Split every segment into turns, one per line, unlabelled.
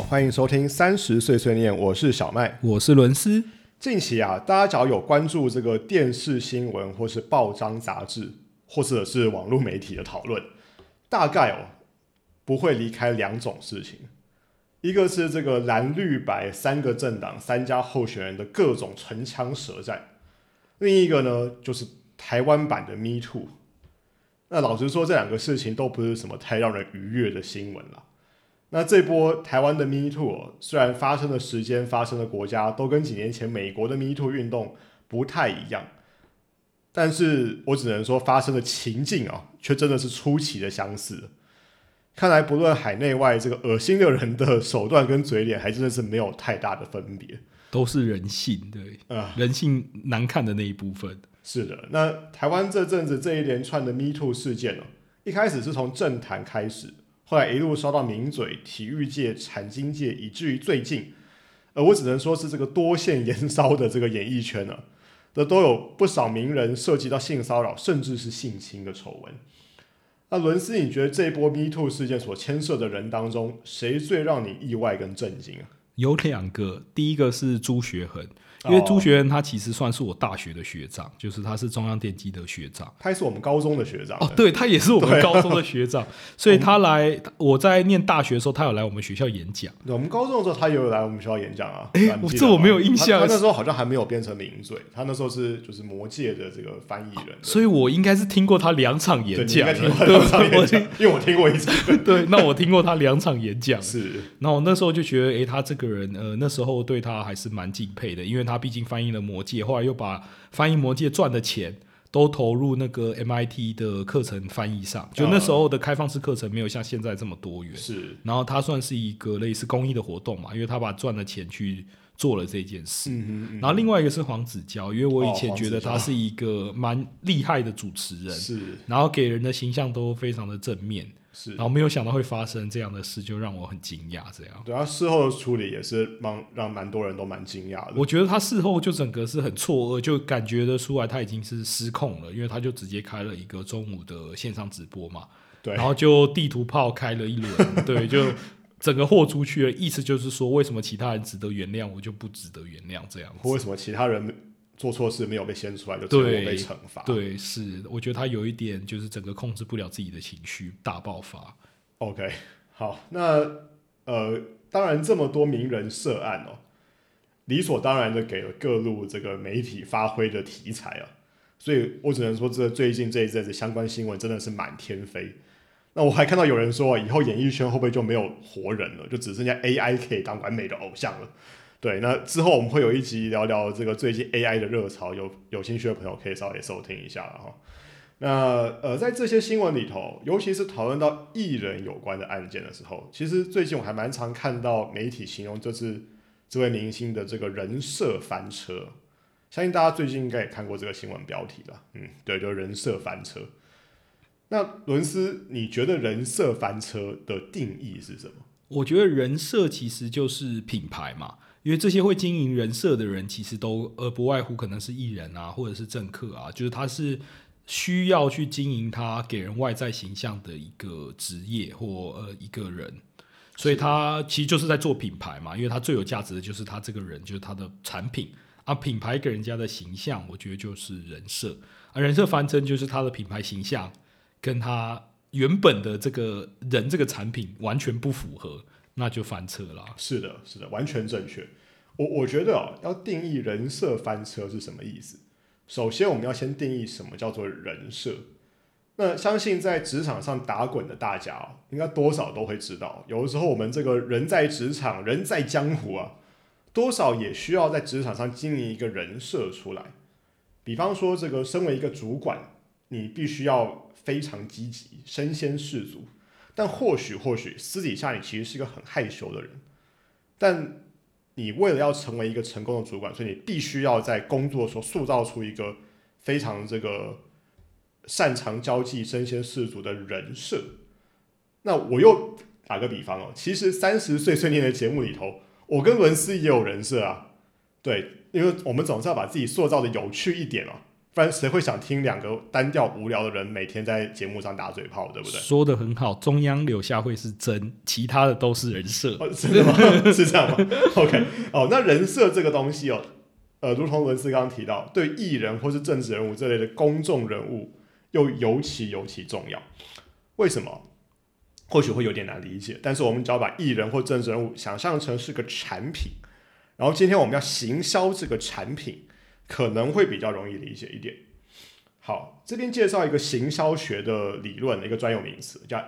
欢迎收听30岁碎念，我是小麦，
我是伦斯。
近期啊，大家只要有关注这个电视新闻，或是报章杂志，或者是网络媒体的讨论，大概不会离开两种事情，一个是这个蓝绿白三个政党三家候选人的各种唇枪舌战，另一个呢就是台湾版的 Me Too。那老实说，这两个事情都不是什么太让人愉悦的新闻啦。那这波台湾的 Me Too 虽然发生的时间、发生的国家都跟几年前美国的 Me Too 运动不太一样，但是我只能说发生的情境却真的是出奇的相似。看来不论海内外，这个恶心的人的手段跟嘴脸还真的是没有太大的分别，
都是人性，对，人性难看的那一部分。
是的，那台湾这阵子这一连串的 Me Too 事件一开始是从政坛开始，后来一路烧到名嘴、体育界、产经界，以至于最近，我只能说是这个多线延烧的这个演艺圈都有不少名人涉及到性骚扰，甚至是性侵的丑闻。那伦斯，你觉得这一波 Me Too 事件所牵涉的人当中，谁最让你意外跟震惊啊？
有两个，第一个是朱学恒，因为朱学恒他其实算是我大学的学长，就是他是中央电机的学长，
他也是我们高中的学长
对，他也是我们高中的学长，所以他来我在念大学的时候，他有来我们学校演讲。
我们高中的时候，他也有来我们学校演讲啊。
这我没有印象。
他那时候好像还没有变成名嘴，他那时候就是魔界的这个翻译人，
所以我应该是听过他2场演讲。
对，你应该听过他2场演讲，因为我听过一次。
对，那我听过他2场演讲。
是，
然后我那时候就觉得，他这个人，那时候对他还是蛮敬佩的，因为他毕竟翻译了《魔戒》，后来又把翻译《魔戒》赚的钱都投入那个 MIT 的课程翻译上，就那时候的开放式课程没有像现在这么多元。
是，
然后他算是一个类似公益的活动嘛，因为他把赚的钱去做了这件事。然后另外一个是黄子佼，因为我以前觉得他是一个蛮厉害的主持人，
是，
然后给人的形象都非常的正面。
是，
然后没有想到会发生这样的事，就让我很惊讶。这样，
对啊，事后的处理也是让蛮多人都蛮惊讶的。
我觉得他事后就整个是很错愕，就感觉得出来他已经是失控了，因为他就直接开了一个中午的线上直播嘛，
对，
然后就地图炮开了一轮，对，就整个豁出去了。意思就是说，为什么其他人值得原谅，我就不值得原谅这样子？
为什么其他人做错事没有被掀出来，就只有我被惩罚？
对，是，我觉得他有一点就是整个控制不了自己的情绪，大爆发。
OK， 好，那当然这么多名人涉案理所当然的给了各路这个媒体发挥的题材所以我只能说，最近这一阵子相关新闻真的是满天飞。那我还看到有人说，以后演艺圈会不会就没有活人了，就只剩下 AI 可以当完美的偶像了？对，那之后我们会有一集聊聊这个最近 AI 的热潮，有兴趣的朋友可以稍微收听一下了哈。那在这些新闻里头，尤其是讨论到艺人有关的案件的时候，其实最近我还蛮常看到媒体形容这位明星的这个人设翻车。相信大家最近应该也看过这个新闻标题了，对，就是人设翻车。那伦斯，你觉得人设翻车的定义是什么？
我觉得人设其实就是品牌嘛。因为这些会经营人设的人，其实都不外乎可能是艺人啊，或者是政客啊，就是他是需要去经营他给人外在形象的一个职业或一个人，所以他其实就是在做品牌嘛，因为他最有价值的就是他这个人，就是他的产品啊，品牌给人家的形象，我觉得就是人设啊，人设翻车就是他的品牌形象跟他原本的这个人这个产品完全不符合。那就翻车啦。
是的，是的，完全正确。我觉得要定义人设翻车是什么意思？首先，我们要先定义什么叫做人设。那相信在职场上打滚的大家应该多少都会知道，有的时候我们这个人在职场，人在江湖多少也需要在职场上经营一个人设出来。比方说，这个身为一个主管，你必须要非常积极，身先士卒。但或许私底下你其实是一个很害羞的人，但你为了要成为一个成功的主管，所以你必须要在工作的时候塑造出一个非常这个擅长交际、身先士卒的人设。那我又打个比方其实30岁碎念的节目里头，我跟伦斯也有人设对，因为我们总是要把自己塑造的有趣一点不然谁会想听两个单调无聊的人每天在节目上打嘴炮，对不对？
说得很好，中央柳下惠是真，其他的都是人设。
真的吗？是这样吗？OK， 那人设这个东西如同伦斯刚刚提到，对艺人或是政治人物这类的公众人物又尤其重要。为什么？或许会有点难理解，但是我们只要把艺人或政治人物想象成是个产品，然后今天我们要行销这个产品，可能会比较容易理解一点。好，这边介绍一个行销学的理论的一个专有名词，叫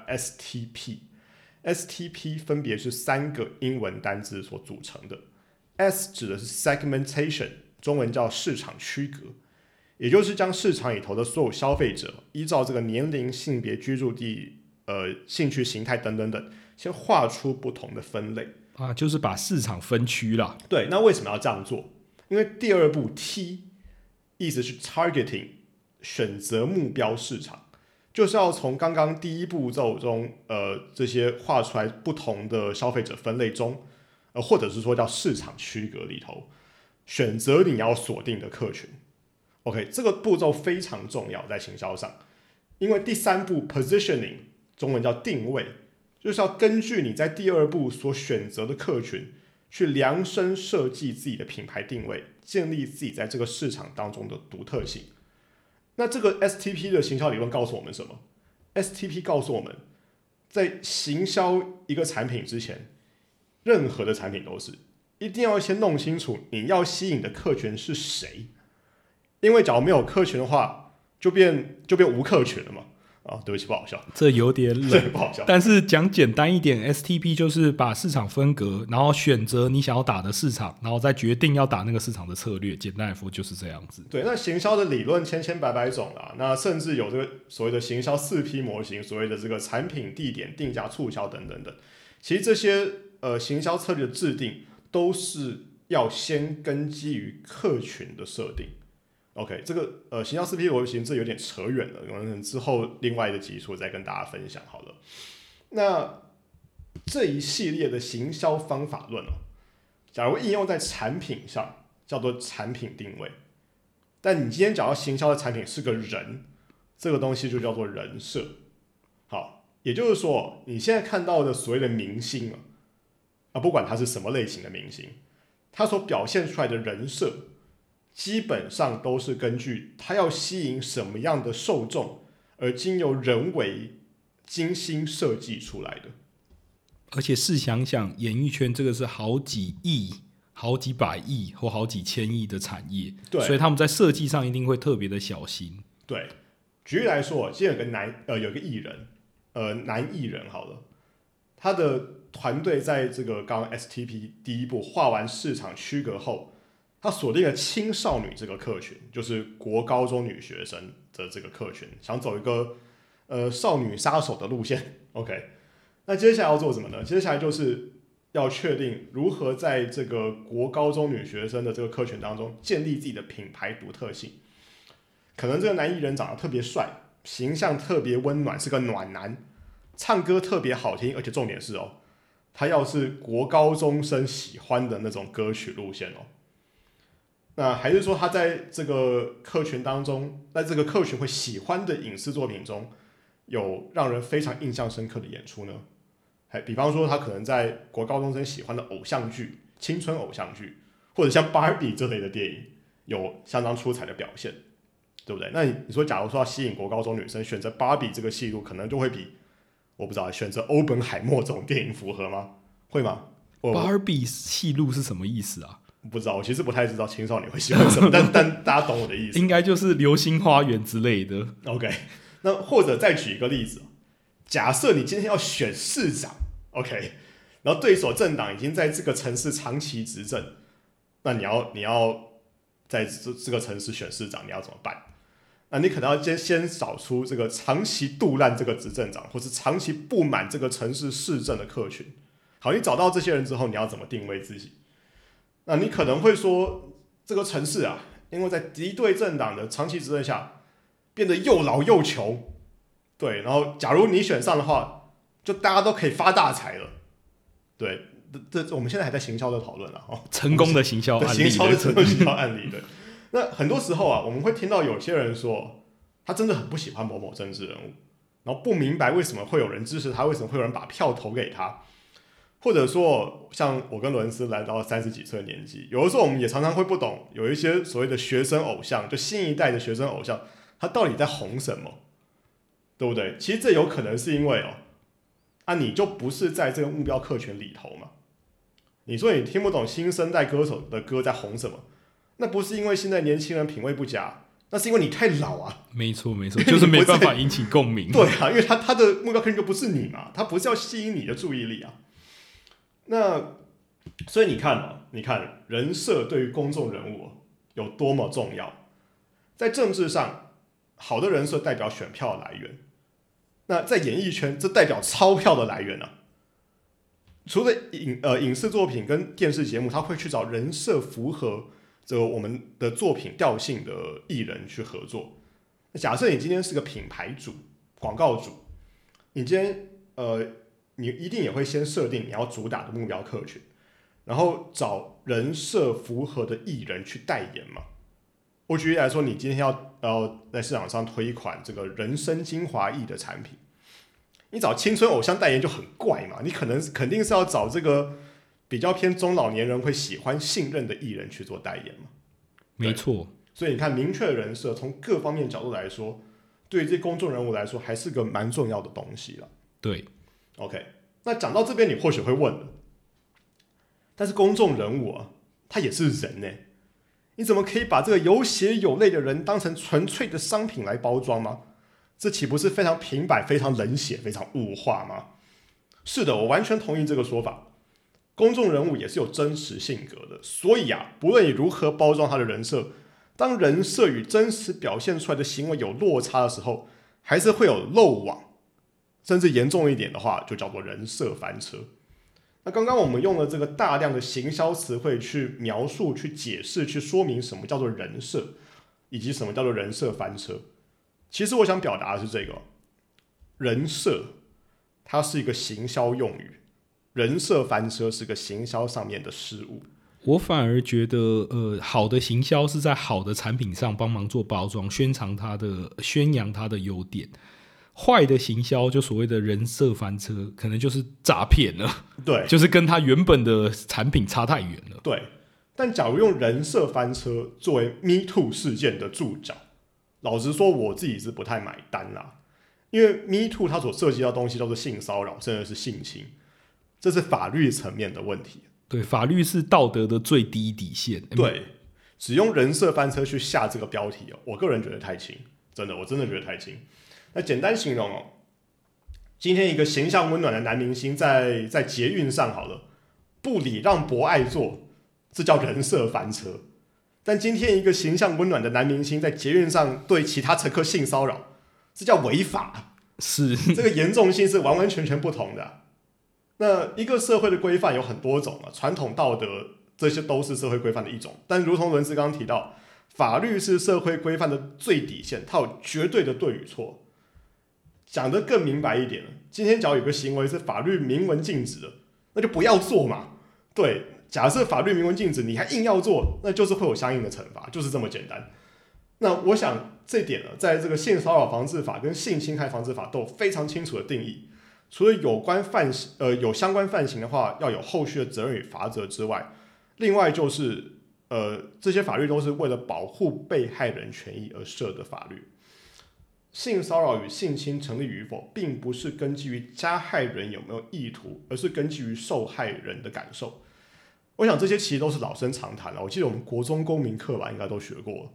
STP。STP 分别是3个英文单字所组成的。S 指的是 segmentation， 中文叫市场区隔，也就是将市场里头的所有消费者依照这个年龄、性别、居住地、兴趣形态等等等，先画出不同的分类
啊，就是把市场分区啦。
对，那为什么要这样做？因为第二步 T 意思是 targeting， 选择目标市场，就是要从刚刚第一步骤中，这些画出来不同的消费者分类中，或者是说叫市场区隔里头，选择你要锁定的客群。OK， 这个步骤非常重要在行销上，因为第3步 positioning， 中文叫定位，就是要根据你在第2步所选择的客群，去量身设计自己的品牌定位，建立自己在这个市场当中的独特性。那这个 STP 的行销理论告诉我们什么？ STP 告诉我们，在行销一个产品之前，任何的产品都是一定要先弄清楚你要吸引的客群是谁，因为假如没有客群的话，就变无客群了嘛。对不起，不好笑，
这有点冷，
不好笑。
但是讲简单一点 ，STP 就是把市场分隔，然后选择你想要打的市场，然后再决定要打那个市场的策略。简单来说就是这样子。
对，那行销的理论千百种啦，那甚至有这个所谓的行销4P 模型，所谓的这个产品、地点、定价、促销等等等。其实这些行销策略的制定，都是要先根基于客群的设定。OK， 这个行销4P 模型这有点扯远了，可能之后另外的集数再跟大家分享好了。那这一系列的行销方法论假如应用在产品上，叫做产品定位。但你今天讲到行销的产品是个人，这个东西就叫做人设。好，也就是说，你现在看到的所谓的明星不管他是什么类型的明星，他所表现出来的人设，基本上都是根据他要吸引什么样的受众，而经由人为精心设计出来的。
而且试想想，演艺圈这个是好几亿、好几百亿或好几千亿的产业，
对，
所以他们在设计上一定会特别的小心。
对，举例来说，今天有个艺人，男艺人好了，他的团队在这个刚刚 STP 第一步画完市场区隔后，他锁定了青少女这个客群，就是国高中女学生的这个客群，想走一个少女杀手的路线。OK， 那接下来要做什么呢？接下来就是要确定如何在这个国高中女学生的这个客群当中建立自己的品牌独特性。可能这个男艺人长得特别帅，形象特别温暖，是个暖男，唱歌特别好听，而且重点是他要是国高中生喜欢的那种歌曲路线那还是说他在这个客群当中，在这个客群会喜欢的影视作品中，有让人非常印象深刻的演出呢？比方说他可能在国高中生喜欢的偶像剧、青春偶像剧，或者像 Barbie 这类的电影，有相当出彩的表现，对不对？那你说，假如说要吸引国高中女生，选择 Barbie 这个戏路，可能就会比我不知道选择欧本海默这种电影符合吗？会吗
？Barbie 戏路是什么意思啊？
不知道，我其实不太知道青少年会喜欢什么，但大家懂我的意思。
应该就是流星花园之类的。
OK， 那或者再举一个例子，假设你今天要选市长 ，OK， 然后对手政党已经在这个城市长期执政，那你要在这个城市选市长，你要怎么办？那你可能要先找出这个长期杜烂这个执政党，或是长期不满这个城市市政的客群。好，你找到这些人之后，你要怎么定位自己？那你可能会说，这个城市因为在敌对政党的长期执政下，变得又老又穷，对，然后假如你选上的话，就大家都可以发大财了，对，这我们现在还在行销的讨论成
功的行销案例，
行销的成功行销案例，对。 那很多时候啊，我们会听到有些人说，他真的很不喜欢某某政治人物，然后不明白为什么会有人支持他，为什么会有人把票投给他，或者说像我跟伦斯来到30几岁的年纪，有的时候我们也常常会不懂，有一些所谓的学生偶像，就新一代的学生偶像，他到底在红什么，对不对？其实这有可能是因为你就不是在这个目标客群里头嘛。你说你听不懂新生代歌手的歌在红什么，那不是因为现在年轻人品味不佳，那是因为你太老啊。
没错没错，就是没办法引起共鸣。
对啊，因为他的目标客群就不是你嘛，他不是要吸引你的注意力啊。那所以你看人设对于公众人物有多么重要。在政治上，好的人设代表选票的来源，那在演艺圈，这代表钞票的来源啊。除了影视作品跟电视节目，他会去找人设符合这个我们的作品调性的艺人去合作。那假设你今天是个品牌主、广告主，你今天你一定也会先设定你要主打的目标客群，然后找人设符合的艺人去代言嘛。我举例来说，你今天要在市场上推一款这个人参精华液的产品，你找青春偶像代言就很怪嘛，你肯定是要找这个比较偏中老年人会喜欢信任的艺人去做代言嘛。
没错，
所以你看明确的人设，从各方面角度来说，对于这些公众人物来说还是个蛮重要的东西了。
对
，OK， 那讲到这边，你或许会问了，但是公众人物他也是人呢，你怎么可以把这个有血有泪的人当成纯粹的商品来包装吗？这岂不是非常平白、非常冷血、非常物化吗？是的，我完全同意这个说法。公众人物也是有真实性格的，所以不论你如何包装他的人设，当人设与真实表现出来的行为有落差的时候，还是会有漏网，甚至严重一点的话，就叫做人设翻车。那刚刚我们用了这个大量的行销词汇去描述、去解释、去说明什么叫做人设，以及什么叫做人设翻车。其实我想表达的是这个，人设它是一个行销用语，人设翻车是个行销上面的失误。
我反而觉得，好的行销是在好的产品上帮忙做包装，宣扬它的优点。坏的行销就所谓的人设翻车，可能就是诈骗了。
对，
就是跟它原本的产品差太远了。
对，但假如用人设翻车作为 Me Too 事件的注脚，老实说，我自己是不太买单啦。因为 Me Too 它所涉及到的东西叫做性骚扰，甚至是性侵，这是法律层面的问题。
对，法律是道德的最低底线。
对，只用人设翻车去下这个标题我个人觉得太轻，我真的觉得太轻。那简单形容今天一个形象温暖的男明星在捷运上好了，不礼让博爱座，这叫人设翻车。但今天一个形象温暖的男明星在捷运上对其他乘客性骚扰，这叫违法。
是
这个严重性是完完全全不同的。那一个社会的规范有很多种传统道德这些都是社会规范的一种，但如同伦斯刚刚提到，法律是社会规范的最底线，它有绝对的对与错。讲得更明白一点，今天只要有个行为是法律明文禁止的，那就不要做嘛。对，假设法律明文禁止，你还硬要做，那就是会有相应的惩罚，就是这么简单。那我想这点在这个性骚扰防治法跟性侵害防治法都有非常清楚的定义。除了有相关犯行的话，要有后续的责任与罚则之外，另外就是这些法律都是为了保护被害人权益而设的法律。性骚扰与性侵成立与否，并不是根基于加害人有没有意图，而是根基于受害人的感受。我想这些其实都是老生常谈了，我记得我们国中公民课吧，应该都学过。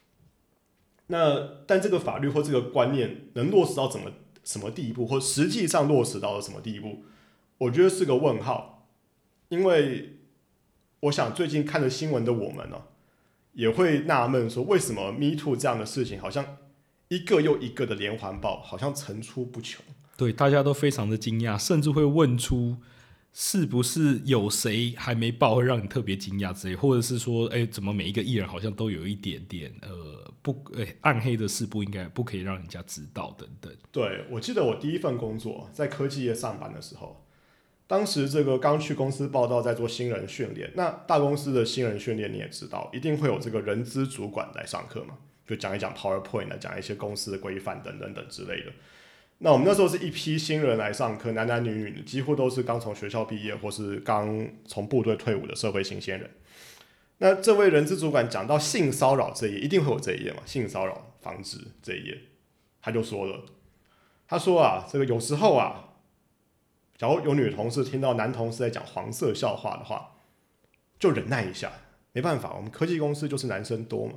但这个法律或这个观念能落实到什么地步，或实际上落实到了什么地步，我觉得是个问号。因为我想最近看了新闻的我们也会纳闷说，为什么 Me Too 这样的事情好像一个又一个的连环爆，好像层出不穷。
对，大家都非常的惊讶，甚至会问出是不是有谁还没爆会让你特别惊讶之类，或者是说，怎么每一个艺人好像都有一点点暗黑的事不可以让人家知道等等。
对，我记得我第一份工作在科技业上班的时候， 当时这个刚去公司报道，在做新人训练。那大公司的新人训练你也知道，一定会有这个人资主管来上课嘛，就讲一讲 PowerPoint 讲一些公司的规范等等等之类的。那我们那时候是一批新人来上课，男男女女几乎都是刚从学校毕业或是刚从部队退伍的社会新鲜人。那这位人资主管讲到性骚扰这一页，一定会有这一页嘛，性骚扰防治这一页，他就说了，他说啊，这个有时候啊，假如有女同事听到男同事在讲黄色笑话的话，就忍耐一下，没办法，我们科技公司就是男生多嘛。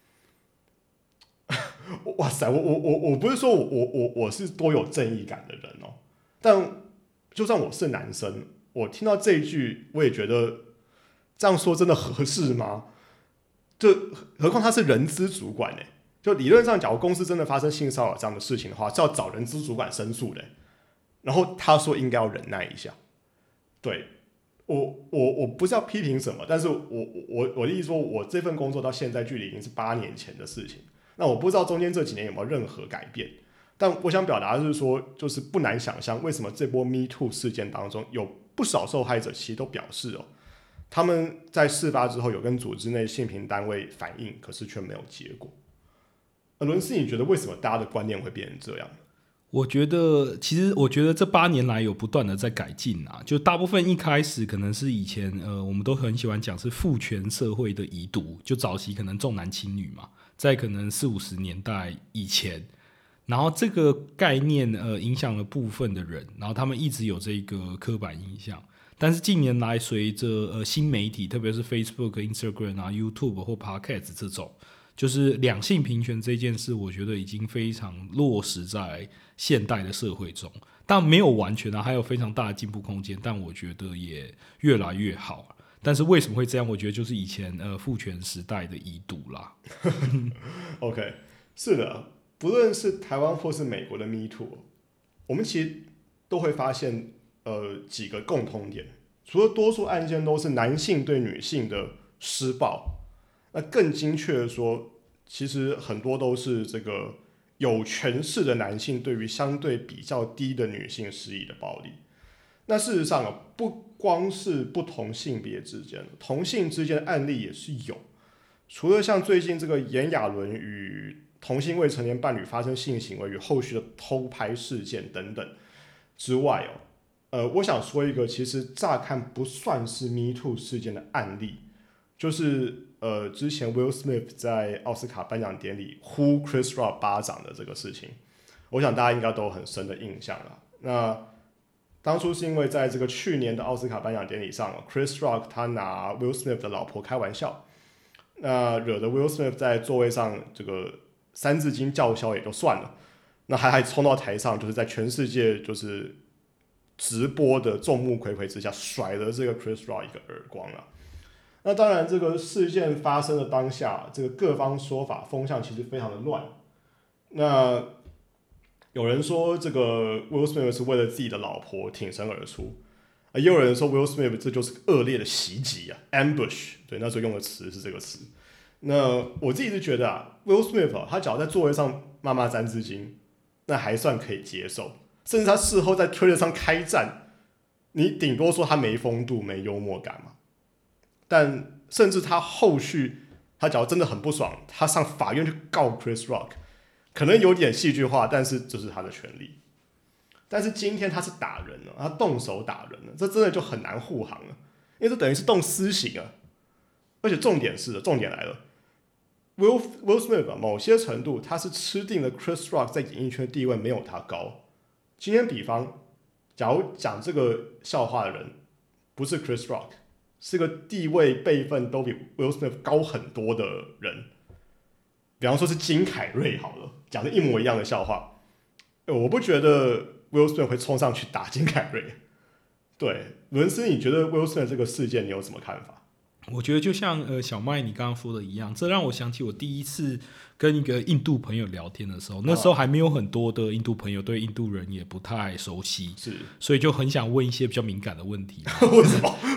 哇塞，我不是说我是多有正义感的人哦，但就算我是男生，我听到这一句，我也觉得这样说真的合适吗？就何况他是人资主管呢，就理论上，假如公司真的发生性骚扰这样的事情的话，是要找人资主管申诉的。然后他说应该要忍耐一下，对我不是要批评什么，但是我的意思说，我这份工作到现在距离已经是8年前的事情。那我不知道中间这几年有没有任何改变，但我想表达的是说，就是不难想象为什么这波 Me Too 事件当中，有不少受害者其实都表示哦，他们在事发之后有跟组织内性平单位反映，可是却没有结果。伦斯，你觉得为什么大家的观念会变成这样？
其实我觉得这8年来有不断的在改进啊，就大部分一开始可能是以前我们都很喜欢讲是父权社会的遗毒，就早期可能重男轻女嘛，在可能40-50年代以前，然后这个概念影响了部分的人，然后他们一直有这个刻板印象。但是近年来随着新媒体，特别是 Facebook、Instagram 啊、YouTube 或 Podcast 这种，就是两性平权这件事，我觉得已经非常落实在现代的社会中，但没有完全啊，还有非常大的进步空间，但我觉得也越来越好。但是为什么会这样？我觉得就是以前父权时代的遗毒啦。
OK， 是的，不论是台湾或是美国的 Me Too， 我们其实都会发现几个共通点，除了多数案件都是男性对女性的施暴，那更精确的说，其实很多都是这个有权势的男性对于相对比较低的女性施以的暴力。那事实上不光是不同性别之间，同性之间的案例也是有。除了像最近这个炎亚纶与同性未成年伴侣发生性行为与后续的偷拍事件等等之外我想说一个其实乍看不算是 Me Too 事件的案例，就是之前 Will Smith 在奥斯卡颁奖典礼呼 Chris Rock 巴掌的这个事情，我想大家应该都有很深的印象了。那当初是因为在这个去年的奥斯卡颁奖典礼上 ，Chris Rock 他拿 Will Smith 的老婆开玩笑，那惹得 Will Smith 在座位上这个三字经叫嚣也就算了，那还冲到台上，就是在全世界就是直播的众目睽睽之下甩了这个 Chris Rock 一个耳光了。那当然，这个事件发生的当下，这个各方说法风向其实非常的乱。那有人说这个 Will Smith 是为了自己的老婆挺身而出，也有人说 Will Smith 这就是恶劣的袭击啊 ，ambush， 对，那时候用的词是这个词。那我自己是觉得Will Smith 他只要在座位上骂骂三字经，那还算可以接受，甚至他事后在推特上开战，你顶多说他没风度、没幽默感嘛。但甚至他后续，他只要真的很不爽，他上法院去告 Chris Rock。可能有点戏剧化，但是这是他的权利。但是今天他是打人了，他动手打人了，这真的就很难护航了，因为这等于是动私刑啊。而且重点来了 ，Will Smith 某些程度他是吃定了 Chris Rock 在演艺圈的地位没有他高。今天比方，假如讲这个笑话的人不是 Chris Rock， 是个地位辈分都比 Will Smith 高很多的人。比方说是金凯瑞好了，讲的一模一样的笑话，我不觉得 Will Smith 会冲上去打金凯瑞。对，伦斯，你觉得 Will Smith 这个事件你有什么看法？
我觉得就像小麦你刚刚说的一样，这让我想起我第一次跟一个印度朋友聊天的时候，那时候还没有很多的印度朋友，对印度人也不太熟悉，
是，
所以就很想问一些比较敏感的问题。
为什么？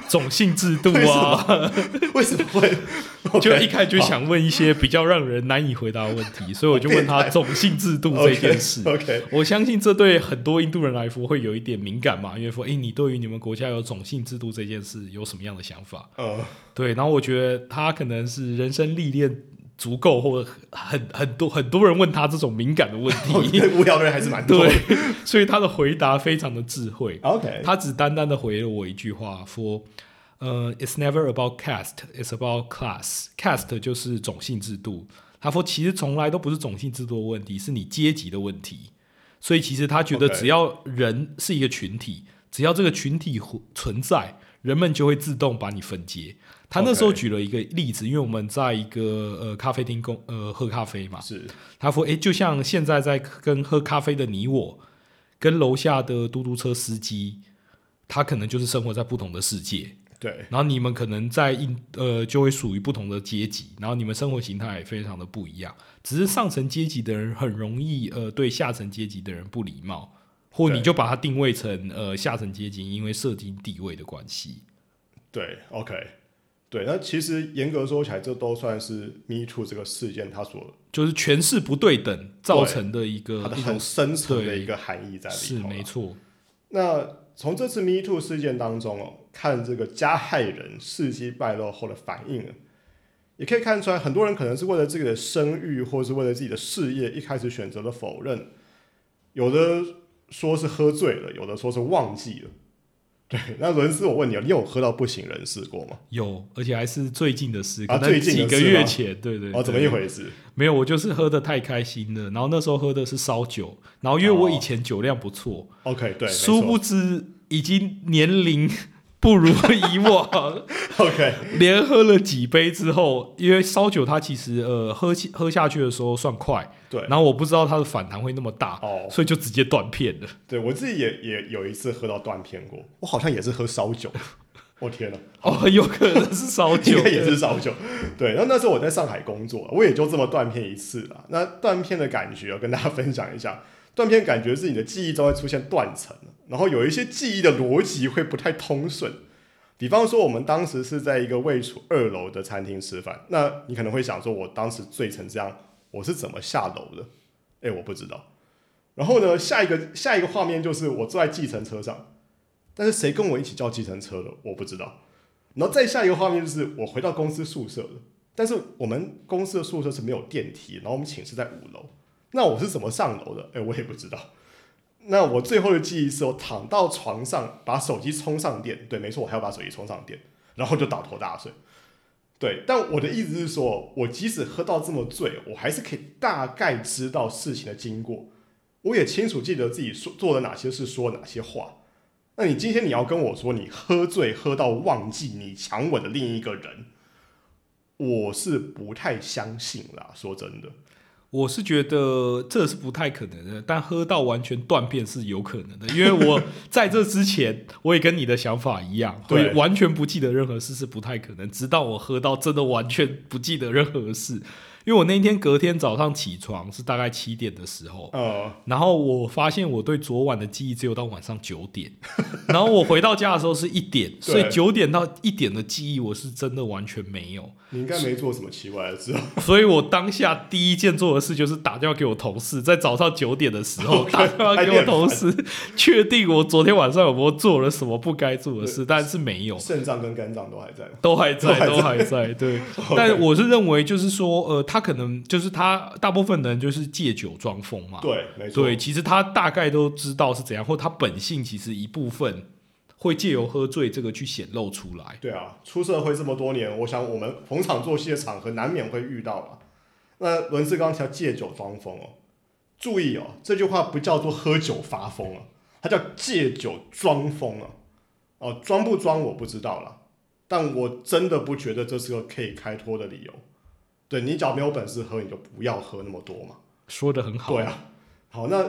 种姓制度啊，
为什么会？
就一开始就想问一些比较让人难以回答的问题，所以我就问他种姓制度这件事。
OK，
我相信这对很多印度人来说会有一点敏感嘛，因为说，你对于你们国家有种姓制度这件事有什么样的想法？对，然后我觉得他可能是人生历练足够，或者很多人问他这种敏感的问题，
无聊的人还是蛮多的。
对，所以他的回答非常的智慧。
OK，
他只单单的回了我一句话，说，It's never about caste, it's about class. Caste 就是种姓制度。他说其实从来都不是种姓制度的问题，是你阶级的问题。所以其实他觉得只要人是一个群体，只要这个群体存在，人们就会自动把你分阶。他那时候举了一个例子，因为我们在一个咖啡厅喝咖啡嘛，
是
他说就像现在在跟喝咖啡的你我，跟楼下的嘟嘟车司机，他可能就是生活在不同的世界。
对，
然后你们可能在就会属于不同的阶级，然后你们生活形态也非常的不一样。只是上层阶级的人很容易对下层阶级的人不礼貌，或你就把它定位成下层阶级，因为社经地位的关系。
对 ，OK， 对，那其实严格说起来，这都算是 Me Too 这个事件它所
就是权势不对等造成的一个
很深层的一个含义在里头。
是没错。
那从这次 Me Too 事件当中看这个加害人事迹败露后的反应也可以看出来，很多人可能是为了自己的声誉，或是为了自己的事业，一开始选择了否认。有的说是喝醉了，有的说是忘记了。对，那伦斯，我问你，你有喝到不省人事过吗？
有，而且还是最近的事，
可
能几个月前。对对对。
怎么一回事？
没有，我就是喝得太开心了，然后那时候喝的是烧酒，然后因为我以前酒量不错
，OK， 对，
殊不知已经年龄不如以往
，OK，
连喝了几杯之后，因为烧酒它其实喝下去的时候算快，
对，
然后我不知道它的反弹会那么大，所以就直接断片了。
对，我自己也有一次喝到断片过，我好像也是喝烧酒。我天哪！
很有可能是烧酒，
应该也是烧酒。对，然后那时候我在上海工作，我也就这么断片一次啦。那断片的感觉，跟大家分享一下。断片感觉是你的记忆中会出现断层，然后有一些记忆的逻辑会不太通顺。比方说，我们当时是在一个位处2楼的餐厅吃饭，那你可能会想说，我当时醉成这样，我是怎么下楼的？我不知道。然后呢，下一个画面就是我坐在计程车上。但是谁跟我一起叫计程车的，我不知道。然后再下一个画面就是我回到公司宿舍了，但是我们公司的宿舍是没有电梯，然后我们寝室在5楼，那我是怎么上楼的？我也不知道。那我最后的记忆是我躺到床上，把手机充上电，对，没错，我还要把手机充上电，然后就倒头大睡。对，但我的意思是说，我即使喝到这么醉，我还是可以大概知道事情的经过，我也清楚记得自己做了哪些事，说了哪些话。那你今天你要跟我说你喝醉喝到忘记你强吻的另一个人，我是不太相信啦。说真的，
我是觉得这是不太可能的，但喝到完全断片是有可能的，因为我在这之前我也跟你的想法一样，会完全不记得任何事是不太可能，直到我喝到真的完全不记得任何事。因为我那天隔天早上起床是大概7点的时候，然后我发现我对昨晚的记忆只有到晚上9点，然后我回到家的时候是1点，所以9点到1点的记忆我是真的完全没有。
你应该没做什么奇怪的事，
所以我当下第一件做的事就是打电话给我同事，在早上9点的时候打电话给我同事，确定我昨天晚上有没有做了什么不该做的事，但是没有。
肾脏跟肝脏都还在，
都还在，对。但我是认为就是说，他可能就是他大部分人就是借酒装疯嘛，
对，没错。
对，其实他大概都知道是怎样，或他本性其实一部分会借由喝醉这个去显露出来。
对啊，出社会这么多年，我想我们逢场作戏的场合难免会遇到吧。那伦斯刚刚提到借酒装疯注意这句话不叫做喝酒发疯它叫借酒装疯装不装我不知道啦，但我真的不觉得这是个可以开脱的理由。对，你只要没有本事喝，你就不要喝那么多嘛。
说得很好。
对啊，好，那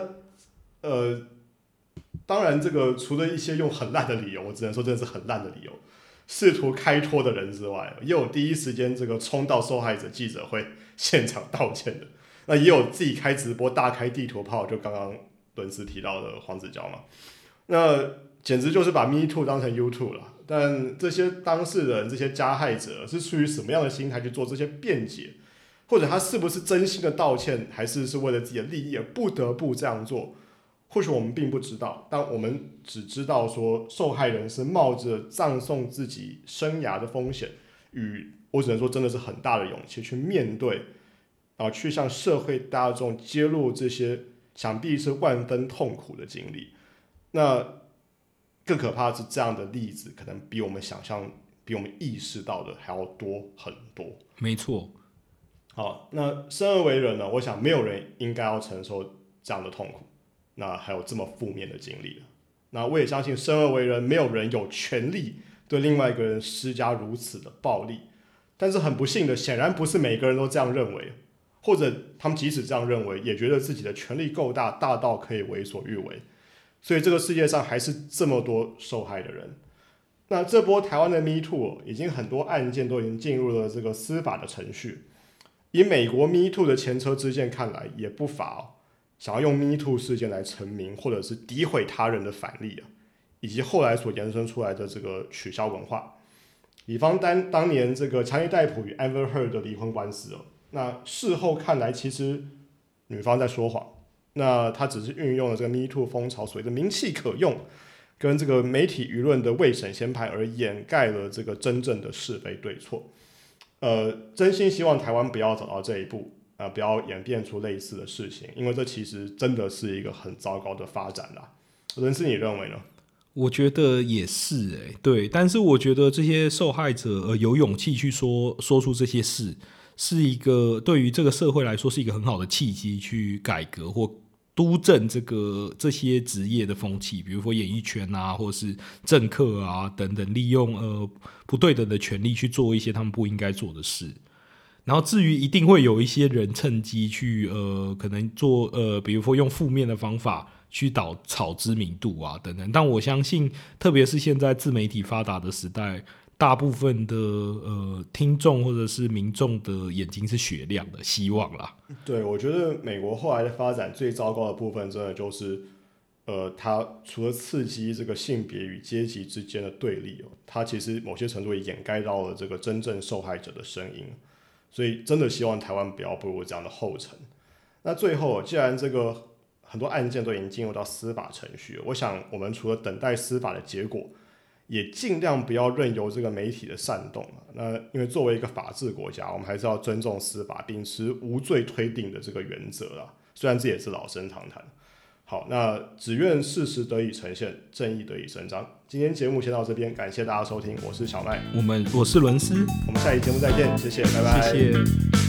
当然这个除了一些用很烂的理由，我只能说真的是很烂的理由，试图开脱的人之外，也有第一时间这个冲到受害者记者会现场道歉的，那也有自己开直播大开地图炮，就刚刚伦斯提到的黄子佼嘛，那简直就是把 Me Too 当成 YouTube 了。 但这些当事人、这些加害者是出于什么样的心态去做这些辩解，或者他是不是真心的道歉，还是为了自己的利益而不得不这样做？或许我们并不知道，但我们只知道说，受害人是冒着葬送自己生涯的风险，我只能说真的是很大的勇气去面对，去向社会大众揭露这些想必是万分痛苦的经历。那更可怕的是，这样的例子可能比我们想象、比我们意识到的还要多很多。
没错。
好，那生而为人呢，我想没有人应该要承受这样的痛苦，那还有这么负面的经历。那我也相信，生而为人，没有人有权利对另外一个人施加如此的暴力。但是很不幸的，显然不是每个人都这样认为，或者他们即使这样认为，也觉得自己的权力够大，大到可以为所欲为。所以这个世界上还是这么多受害的人。那这波台湾的 Me Too 已经很多案件都已经进入了这个司法的程序。以美国 Me Too 的前车之鉴看来，也不乏想要用 Me Too 事件来成名，或者是诋毁他人的反例以及后来所延伸出来的这个取消文化。比方当年这个强尼戴普与 Amber Heard 的离婚官司那事后看来其实女方在说谎，那她只是运用了这个 Me Too 风潮所谓的名气可用，跟这个媒体舆论的未审先判而掩盖了这个真正的是非对错。真心希望台湾不要走到这一步不要演变出类似的事情，因为这其实真的是一个很糟糕的发展啦。人是你认为呢？
我觉得也是对，但是我觉得这些受害者有勇气去说出这些事，是一个对于这个社会来说是一个很好的契机，去改革或督正这些职业的风气，比如说演艺圈啊，或是政客啊等等，利用不对等的权利去做一些他们不应该做的事。然后至于一定会有一些人趁机去可能做比如说用负面的方法去炒知名度啊等等，但我相信特别是现在自媒体发达的时代，大部分的听众或者是民众的眼睛是雪亮的，希望啦。
对，我觉得美国后来的发展最糟糕的部分真的就是它除了刺激这个性别与阶级之间的对立它其实某些程度也掩盖到了这个真正受害者的声音，所以真的希望台湾不要步入这样的后尘。那最后既然这个很多案件都已经进入到司法程序了，我想我们除了等待司法的结果，也尽量不要任由这个媒体的煽动那因为作为一个法治国家，我们还是要尊重司法，秉持无罪推定的这个原则啦。虽然这也是老生常谈。好，那只愿事实得以呈现，正义得以伸张。今天节目先到这边，感谢大家收听，我是小麦，
我是伦斯，
我们下期节目再见，谢谢，拜拜，
谢谢。